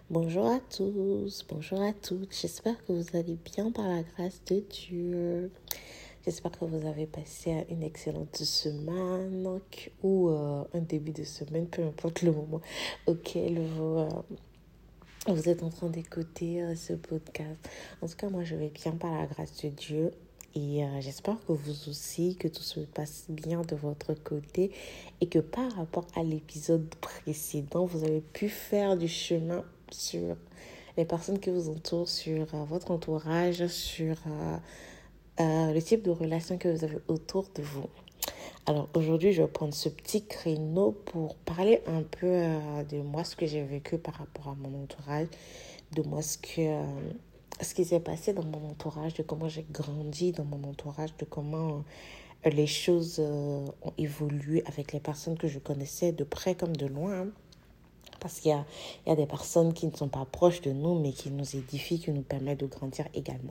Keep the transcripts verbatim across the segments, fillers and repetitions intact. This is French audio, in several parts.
Bonjour à tous, bonjour à toutes. J'espère que vous allez bien par la grâce de Dieu. J'espère que vous avez passé une excellente semaine ou euh, un début de semaine, peu importe le moment auquel vous, euh, vous êtes en train d'écouter euh, ce podcast. En tout cas, moi, je vais bien par la grâce de Dieu. Et euh, j'espère que vous aussi, que tout se passe bien de votre côté et que par rapport à l'épisode précédent, vous avez pu faire du chemin sur les personnes qui vous entourent, sur euh, votre entourage, sur euh, euh, le type de relation que vous avez autour de vous. Alors aujourd'hui, je vais prendre ce petit créneau pour parler un peu euh, de moi, ce que j'ai vécu par rapport à mon entourage, de moi, ce que... Euh, ce qui s'est passé dans mon entourage, de comment j'ai grandi dans mon entourage, de comment euh, les choses euh, ont évolué avec les personnes que je connaissais de près comme de loin. Hein. Parce qu'il y a, il y a des personnes qui ne sont pas proches de nous, mais qui nous édifient, qui nous permettent de grandir également.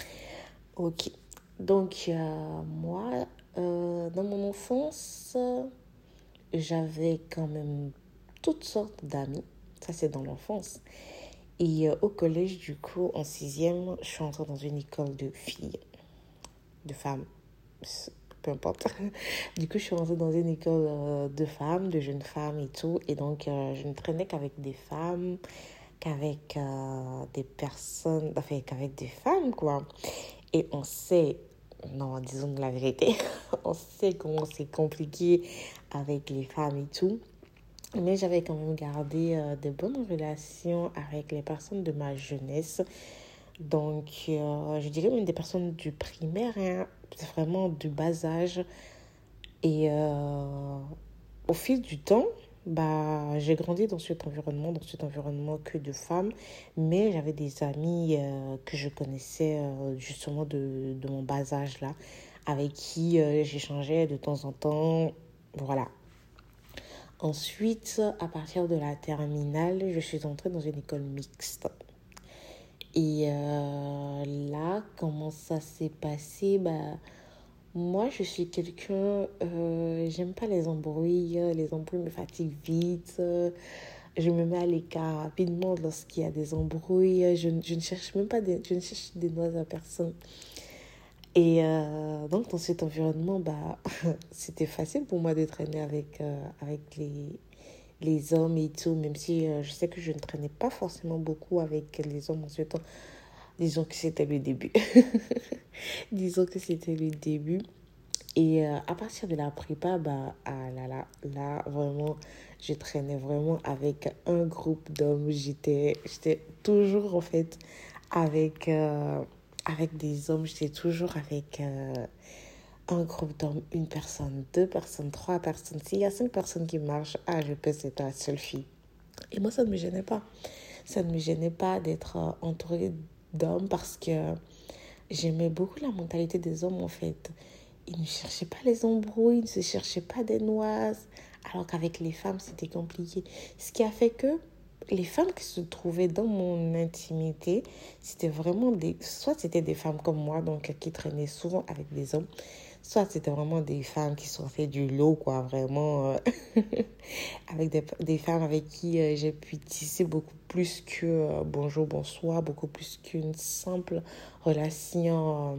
Ok. Donc, euh, moi, euh, dans mon enfance, j'avais quand même toutes sortes d'amis. Ça, c'est dans l'enfance. Et euh, au collège, du coup, en sixième, je suis entrée dans une école de filles, de femmes, peu importe. Du coup, je suis rentrée dans une école euh, de femmes, de jeunes femmes et tout. Et donc, euh, je ne traînais qu'avec des femmes, qu'avec euh, des personnes, enfin, qu'avec des femmes, quoi. Et on sait, non, disons la vérité, on sait comment c'est compliqué avec les femmes et tout. Mais j'avais quand même gardé euh, de bonnes relations avec les personnes de ma jeunesse. Donc, euh, je dirais même des personnes du primaire, hein, vraiment du bas âge. Et euh, au fil du temps, bah, j'ai grandi dans cet environnement, dans cet environnement que de femmes. Mais j'avais des amis euh, que je connaissais euh, justement de, de mon bas âge là, avec qui euh, j'échangeais de temps en temps. Voilà. Ensuite, à partir de la terminale, je suis entrée dans une école mixte. Et euh, là, comment ça s'est passé? Bah, moi, je suis quelqu'un, euh, j'aime pas les embrouilles. Les embrouilles me fatiguent vite. Je me mets à l'écart rapidement lorsqu'il y a des embrouilles. Je, je ne cherche même pas des, je ne cherche des noises à personne. Et euh, donc, dans cet environnement, bah, c'était facile pour moi de traîner avec, euh, avec les, les hommes et tout, même si euh, je sais que je ne traînais pas forcément beaucoup avec les hommes en ce temps. Disons que c'était le début. Disons que c'était le début. Et euh, à partir de la prépa, bah, ah là, là, là, vraiment, je traînais vraiment avec un groupe d'hommes. J'étais, j'étais toujours, en fait, avec, euh, avec des hommes. J'étais toujours avec euh, un groupe d'hommes, une personne, deux personnes, trois personnes. S'il y a cinq personnes qui marchent, ah, je peux être la seule fille. Et moi, ça ne me gênait pas. Ça ne me gênait pas d'être euh, entourée d'hommes parce que j'aimais beaucoup la mentalité des hommes, en fait. Ils ne cherchaient pas les embrouilles, ils ne se cherchaient pas des noises. Alors qu'avec les femmes, c'était compliqué. Ce qui a fait que les femmes qui se trouvaient dans mon intimité, c'était vraiment des... Soit c'était des femmes comme moi, donc qui traînaient souvent avec des hommes. Soit c'était vraiment des femmes qui sortaient du lot, quoi, vraiment. Euh, avec des, des femmes avec qui euh, j'ai pu tisser beaucoup plus que euh, bonjour, bonsoir, beaucoup plus qu'une simple relation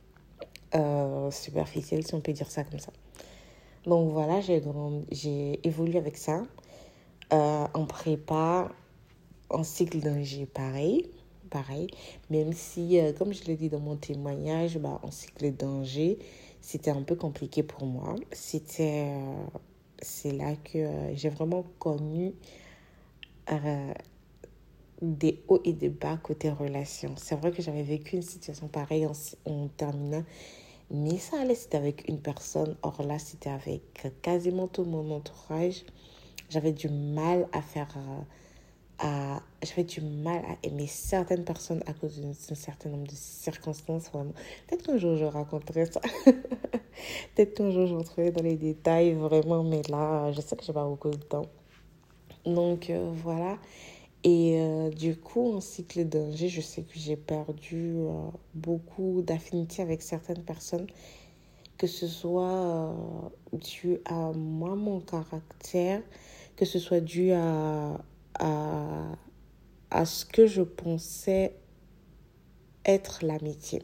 euh, superficielle, si on peut dire ça comme ça. Donc voilà, j'ai, grand, j'ai évolué avec ça. Euh, en prépa, en cycle d'ingé, pareil. Pareil. Même si, euh, comme je l'ai dit dans mon témoignage, bah, en cycle d'ingé, c'était un peu compliqué pour moi. C'était, euh, c'est là que euh, j'ai vraiment connu euh, des hauts et des bas côté relation. C'est vrai que j'avais vécu une situation pareille en, en terminale, mais ça allait, c'était avec une personne. Or là, c'était avec quasiment tout mon entourage. J'avais du mal à faire... Euh, à, j'avais du mal à aimer certaines personnes à cause d'un certain nombre de circonstances. Vraiment. Peut-être qu'un jour, je raconterai ça. Peut-être qu'un jour, je rentrerai dans les détails, vraiment. Mais là, je sais que je n'ai pas beaucoup de temps. Donc, euh, voilà. Et euh, du coup, en cycle d'ingé, je sais que j'ai perdu euh, beaucoup d'affinité avec certaines personnes, que ce soit euh, dû à moi, mon caractère, que ce soit dû à, à, à ce que je pensais être l'amitié.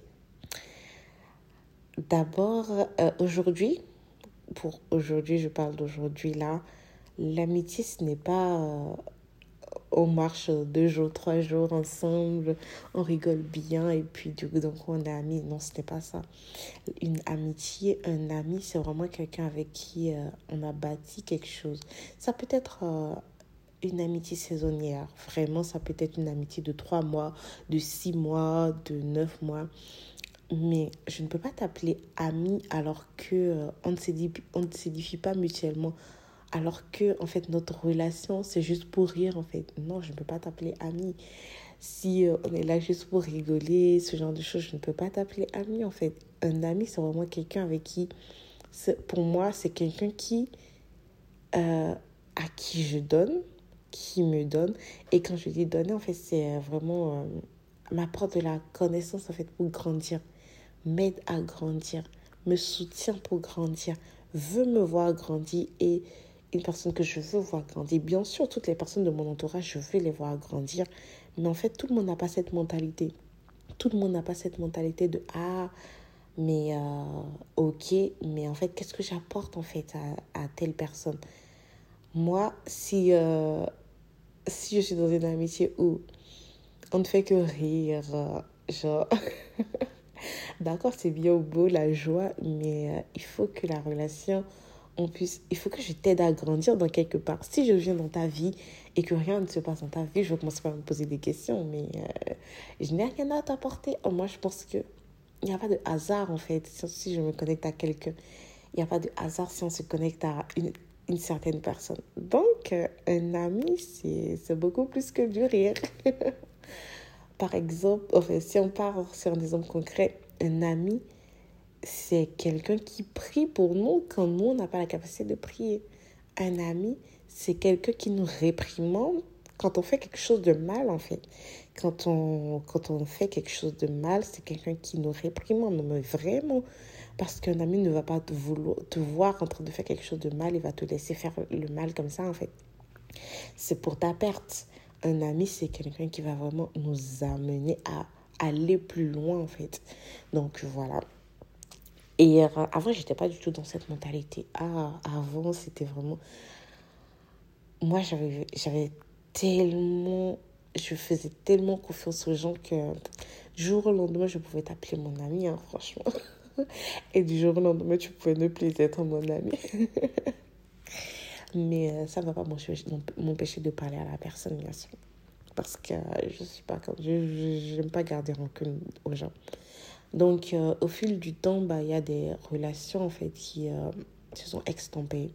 D'abord, euh, aujourd'hui, pour aujourd'hui, je parle d'aujourd'hui là, l'amitié, ce n'est pas euh, on marche deux jours, trois jours ensemble, on rigole bien et puis du coup, donc on est amis. Non, ce n'est pas ça. Une amitié, un ami, c'est vraiment quelqu'un avec qui euh, on a bâti quelque chose. Ça peut être euh, une amitié saisonnière. Vraiment, ça peut être une amitié de trois mois, de six mois, de neuf mois. Mais je ne peux pas t'appeler ami alors que euh, on ne s'édifie, on ne s'édifie pas mutuellement. Alors que, en fait, notre relation, c'est juste pour rire, en fait. Non, je ne peux pas t'appeler ami. Si euh, on est là juste pour rigoler, ce genre de choses, je ne peux pas t'appeler ami, en fait. Un ami, c'est vraiment quelqu'un avec qui, c'est, pour moi, c'est quelqu'un qui, euh, à qui je donne, qui me donne. Et quand je dis donner, en fait, c'est vraiment euh, m'apporte de la connaissance, en fait, pour grandir, m'aide à grandir, me soutient pour grandir, veut me voir grandir et une personne que je veux voir grandir. Bien sûr, toutes les personnes de mon entourage, je veux les voir grandir. Mais en fait, tout le monde n'a pas cette mentalité. Tout le monde n'a pas cette mentalité de ah, mais euh, ok, mais en fait, qu'est-ce que j'apporte en fait à, à telle personne? Moi, si, euh, si je suis dans une amitié où on ne fait que rire, euh, genre, d'accord, c'est bien beau la joie, mais euh, il faut que la relation on puisse, il faut que je t'aide à grandir dans quelque part. Si je viens dans ta vie et que rien ne se passe dans ta vie, je vais commencer par me poser des questions, mais euh, je n'ai rien à t'apporter. Oh, moi, je pense que il n'y a pas de hasard, en fait, si, si je me connecte à quelqu'un. Il n'y a pas de hasard si on se connecte à une, une certaine personne. Donc, euh, un ami, c'est, c'est beaucoup plus que du rire. Par exemple, enfin, si on part sur un exemple concret, un ami, c'est quelqu'un qui prie pour nous quand nous, on n'a pas la capacité de prier. Un ami, c'est quelqu'un qui nous réprimande quand on fait quelque chose de mal, en fait. Quand on, quand on fait quelque chose de mal, c'est quelqu'un qui nous réprimande, mais vraiment. Parce qu'un ami ne va pas te, vouloir, te voir en train de faire quelque chose de mal, il va te laisser faire le mal comme ça, en fait. C'est pour ta perte. Un ami, c'est quelqu'un qui va vraiment nous amener à aller plus loin, en fait. Donc, voilà. Et euh, avant, j'étais pas du tout dans cette mentalité. Ah, avant, c'était vraiment... Moi, j'avais, j'avais tellement... Je faisais tellement confiance aux gens que du jour au lendemain, je pouvais t'appeler mon ami, hein, franchement. Et du jour au lendemain, tu pouvais ne plus être mon ami. Mais euh, ça ne va pas m'empêcher de parler à la personne, bien sûr. Parce que euh, je suis pas comme... Je n'aime pas garder rancune aux gens. Donc, euh, au fil du temps, bah, il y a des relations, en fait, qui euh, se sont extampées.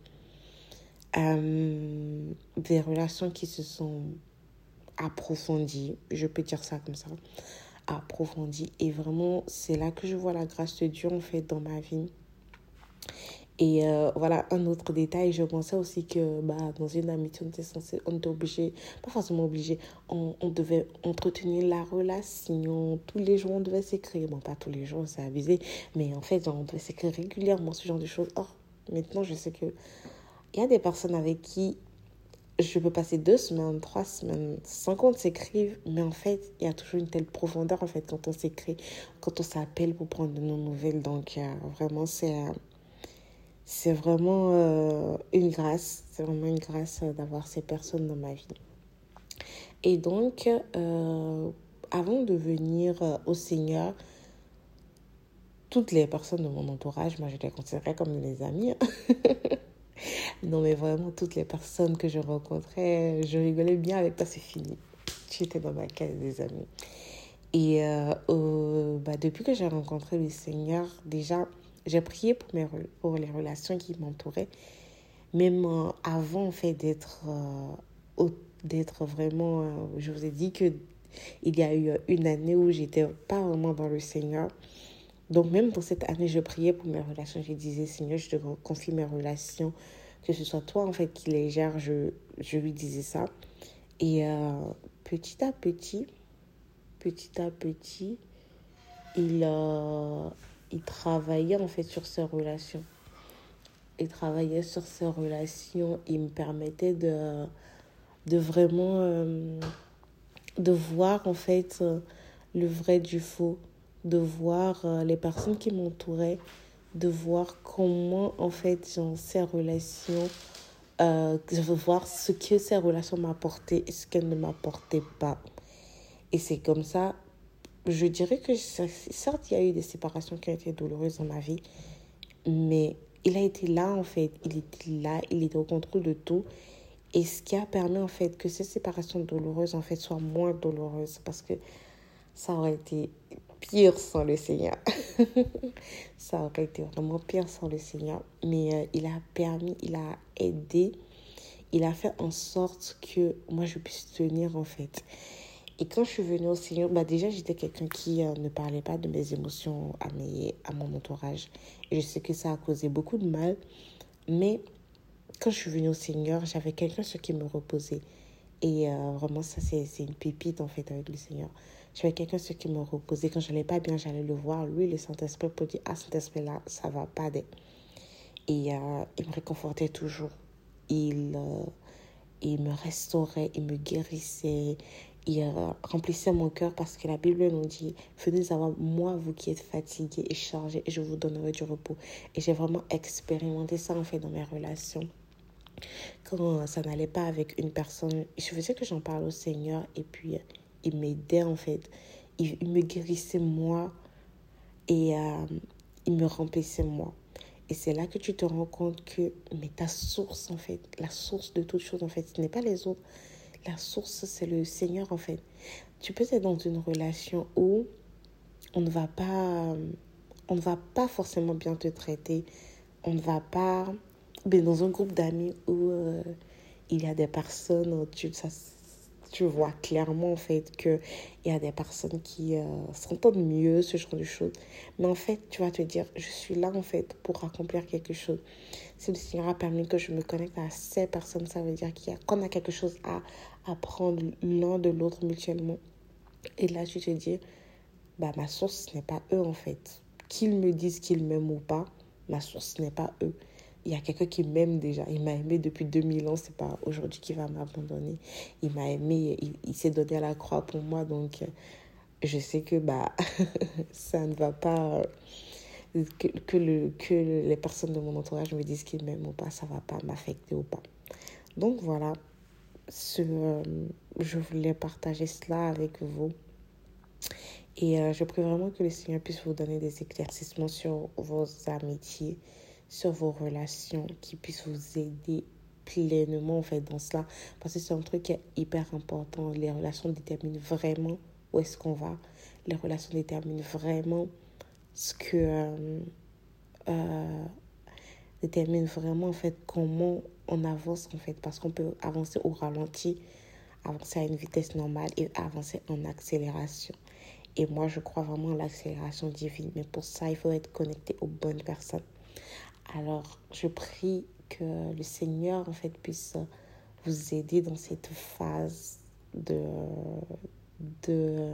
Euh, des relations qui se sont approfondies, je peux dire ça comme ça, approfondies. Et vraiment, c'est là que je vois la grâce de Dieu, en fait, dans ma vie. Et euh, voilà, un autre détail, je pensais aussi que bah, dans une amitié, on était censé, on était obligé, pas forcément obligé, on, on devait entretenir la relation. Tous les jours, on devait s'écrire. Bon, pas tous les jours, c'est abusé, mais en fait, genre, on devait s'écrire régulièrement, ce genre de choses. Or, maintenant, je sais que il y a des personnes avec qui je peux passer deux semaines, trois semaines sans qu'on s'écrive, mais en fait, il y a toujours une telle profondeur, en fait, quand on s'écrit, quand on s'appelle pour prendre de nos nouvelles. Donc, euh, vraiment, c'est... Euh, C'est vraiment euh, une grâce, c'est vraiment une grâce euh, d'avoir ces personnes dans ma vie. Et donc, euh, avant de venir euh, au Seigneur, toutes les personnes de mon entourage, moi je les considérais comme des amis. Non mais vraiment, toutes les personnes que je rencontrais, je rigolais bien avec toi, c'est fini. Tu étais dans ma case des amis. Et euh, euh, bah, depuis que j'ai rencontré le Seigneur, déjà, j'ai prié pour, mes, pour les relations qui m'entouraient. Même euh, avant, en fait, d'être, euh, d'être vraiment... Euh, je vous ai dit qu'il y a eu une année où j'étais pas vraiment dans le Seigneur. Donc, même pour cette année, je priais pour mes relations. Je disais, Seigneur, je te confie mes relations. Que ce soit toi, en fait, qui les gère. Je, je lui disais ça. Et euh, petit à petit, petit à petit, il, euh, il travaillait, en fait, sur ses relations. Il travaillait sur ses relations. Il me permettait de... de vraiment, euh, de voir en fait euh, le vrai du faux, de voir euh, les personnes qui m'entouraient, de voir comment en fait genre, ces relations, euh, je veux voir ce que ces relations m'apportaient et ce qu'elles ne m'apportaient pas. Et c'est comme ça, je dirais que certes il y a eu des séparations qui ont été douloureuses dans ma vie, mais il a été là en fait, il était là, il était au contrôle de tout. Et ce qui a permis en fait que ces séparations douloureuses en fait soient moins douloureuses parce que ça aurait été pire sans le Seigneur. Ça aurait été vraiment pire sans le Seigneur. Mais euh, il a permis, il a aidé, il a fait en sorte que moi je puisse tenir en fait. Et quand je suis venue au Seigneur, bah déjà j'étais quelqu'un qui euh, ne parlait pas de mes émotions à, mes, à mon entourage. Et je sais que ça a causé beaucoup de mal. Mais quand je suis venue au Seigneur, j'avais quelqu'un sur qui me reposer. Et euh, vraiment, ça, c'est, c'est une pépite, en fait, avec le Seigneur. J'avais quelqu'un sur qui me reposer. Quand je n'allais pas bien, j'allais le voir. Lui, le Saint-Esprit, pour dire, ah, Saint-Esprit-là, ça va pas. Des... Et euh, il me réconfortait toujours. Il, euh, il me restaurait, il me guérissait. Il euh, remplissait mon cœur parce que la Bible nous dit, venez avoir moi, vous qui êtes fatigués et chargés, et je vous donnerai du repos. Et j'ai vraiment expérimenté ça, en fait, dans mes relations. Quand ça n'allait pas avec une personne, il suffisait que j'en parle au Seigneur et puis euh, il m'aidait en fait. Il, il me guérissait moi et euh, il me remplissait moi. Et c'est là que tu te rends compte que mais ta source en fait, la source de toute chose en fait, ce n'est pas les autres. La source, c'est le Seigneur en fait. Tu peux être dans une relation où on ne va pas, on ne va pas forcément bien te traiter. On ne va pas... Mais dans un groupe d'amis où euh, il y a des personnes, tu, ça, tu vois clairement en fait qu'il y a des personnes qui euh, s'entendent mieux, ce genre de choses. Mais en fait, tu vas te dire, je suis là en fait pour accomplir quelque chose. Si le Seigneur a permis que je me connecte à ces personnes, ça veut dire qu'il y a, qu'on a quelque chose à apprendre l'un de l'autre mutuellement. Et là, tu te dis, bah, ma source, ce n'est pas eux en fait. Qu'ils me disent qu'ils m'aiment ou pas, ma source, ce n'est pas eux. Il y a quelqu'un qui m'aime déjà. Il m'a aimé depuis deux mille ans. C'est pas aujourd'hui qu'il va m'abandonner. Il m'a aimé. Il, il s'est donné à la croix pour moi. Donc, je sais que bah, ça ne va pas... Que, que, le, que les personnes de mon entourage me disent qu'ils m'aiment ou pas, ça ne va pas m'affecter ou pas. Donc, voilà. Ce, euh, je voulais partager cela avec vous. Et euh, je prie vraiment que le Seigneur puisse vous donner des éclaircissements sur vos amitiés, sur vos relations, qui puissent vous aider pleinement en fait dans cela. Parce que c'est un truc qui est hyper important. Les relations déterminent vraiment où est-ce qu'on va. Les relations déterminent vraiment ce que... Euh, euh, déterminent vraiment en fait comment on avance en fait. Parce qu'on peut avancer au ralenti, avancer à une vitesse normale et avancer en accélération. Et moi, je crois vraiment à l'accélération divine. Mais pour ça, il faut être connecté aux bonnes personnes. Alors, je prie que le Seigneur, en fait, puisse vous aider dans cette phase de... de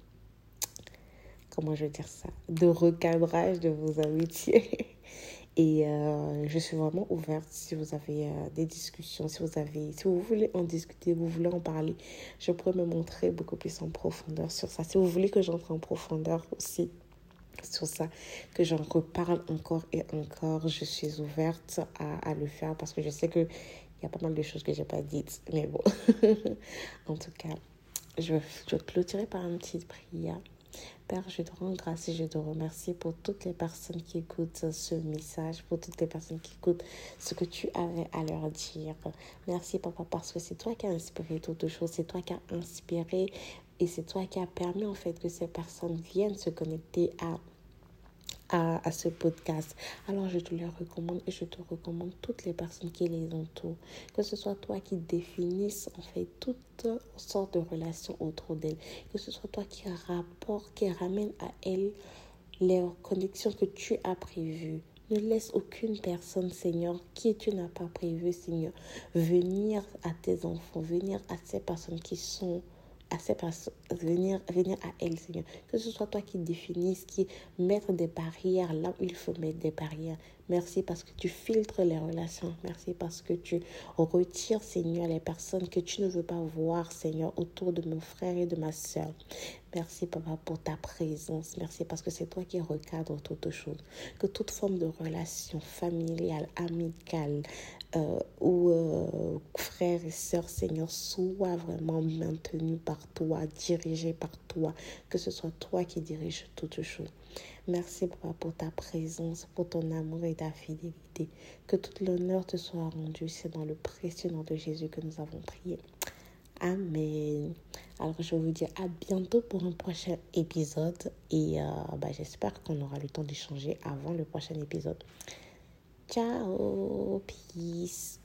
comment je vais dire ça? De recadrage de vos amitiés. Et euh, je suis vraiment ouverte si vous avez euh, des discussions, si vous avez, si vous voulez en discuter, vous voulez en parler, je pourrais me montrer beaucoup plus en profondeur sur ça. Si vous voulez que j'entre en profondeur aussi sur ça, que j'en reparle encore et encore, je suis ouverte à, à le faire parce que je sais qu'il y a pas mal de choses que je n'ai pas dites. Mais bon, en tout cas, je, je vais clôturer par une petite prière. Père, je te rends grâce et je te remercie pour toutes les personnes qui écoutent ce message, pour toutes les personnes qui écoutent ce que tu avais à leur dire. Merci, Papa, parce que c'est toi qui as inspiré toutes choses, c'est toi qui as inspiré et c'est toi qui as permis en fait que ces personnes viennent se connecter à À, à ce podcast. Alors je te les recommande et je te recommande toutes les personnes qui les entourent. Que ce soit toi qui définisses en fait toutes sortes de relations autour d'elles. Que ce soit toi qui rapporte, qui ramène à elles les connexions que tu as prévues. Ne laisse aucune personne, Seigneur, qui tu n'as pas prévu, Seigneur, venir à tes enfants, venir à ces personnes qui sont à ces personnes, venir, venir à elles, Seigneur. Que ce soit toi qui définisses, qui mettre des barrières là où il faut mettre des barrières. Merci parce que tu filtres les relations. Merci parce que tu retires, Seigneur, les personnes que tu ne veux pas voir, Seigneur, autour de mon frère et de ma soeur. Merci, Papa, pour ta présence. Merci parce que c'est toi qui recadres toutes choses. Que toute forme de relation familiale, amicale euh, ou euh, frères et sœurs, Seigneur, soit vraiment maintenue par toi, dirigée par toi. Que ce soit toi qui diriges toutes choses. Merci, Papa, pour ta présence, pour ton amour et ta fidélité. Que tout l'honneur te soit rendu. C'est dans le précieux nom de Jésus que nous avons prié. Amen. Alors, je vous dis à bientôt pour un prochain épisode. Et euh, bah, j'espère qu'on aura le temps d'échanger avant le prochain épisode. Ciao, peace.